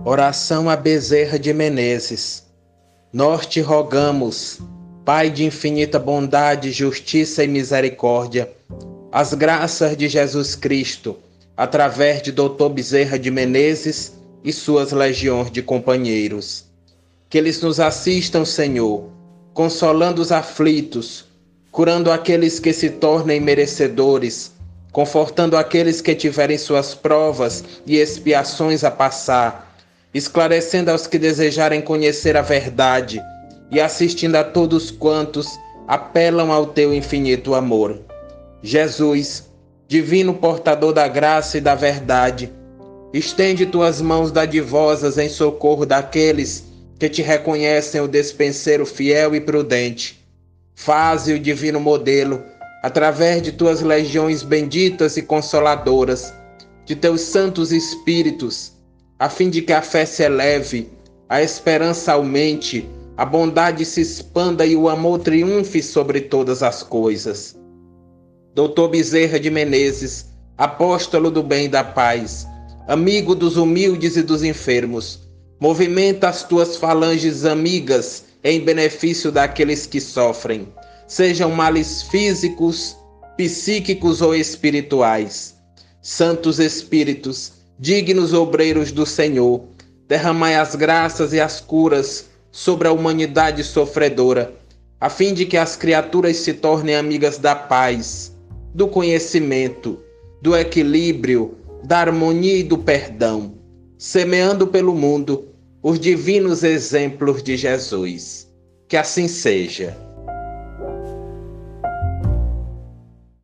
Oração a Bezerra de Menezes. Nós te rogamos, Pai de infinita bondade, justiça e misericórdia, as graças de Jesus Cristo, através de Dr. Bezerra de Menezes e suas legiões de companheiros. Que eles nos assistam, Senhor, consolando os aflitos, curando aqueles que se tornem merecedores, confortando aqueles que tiverem suas provas e expiações a passar, esclarecendo aos que desejarem conhecer a verdade e assistindo a todos quantos apelam ao teu infinito amor. Jesus, divino portador da graça e da verdade, estende tuas mãos dadivosas em socorro daqueles que te reconhecem o despenseiro fiel e prudente. Faze o divino modelo, através de tuas legiões benditas e consoladoras, de teus santos espíritos, a fim de que a fé se eleve, a esperança aumente, a bondade se expanda e o amor triunfe sobre todas as coisas. Dr. Bezerra de Menezes, apóstolo do bem e da paz, amigo dos humildes e dos enfermos, movimenta as tuas falanges amigas em benefício daqueles que sofrem, sejam males físicos, psíquicos ou espirituais. Santos Espíritos, dignos obreiros do Senhor, derramai as graças e as curas sobre a humanidade sofredora, a fim de que as criaturas se tornem amigas da paz, do conhecimento, do equilíbrio, da harmonia e do perdão, semeando pelo mundo os divinos exemplos de Jesus. Que assim seja.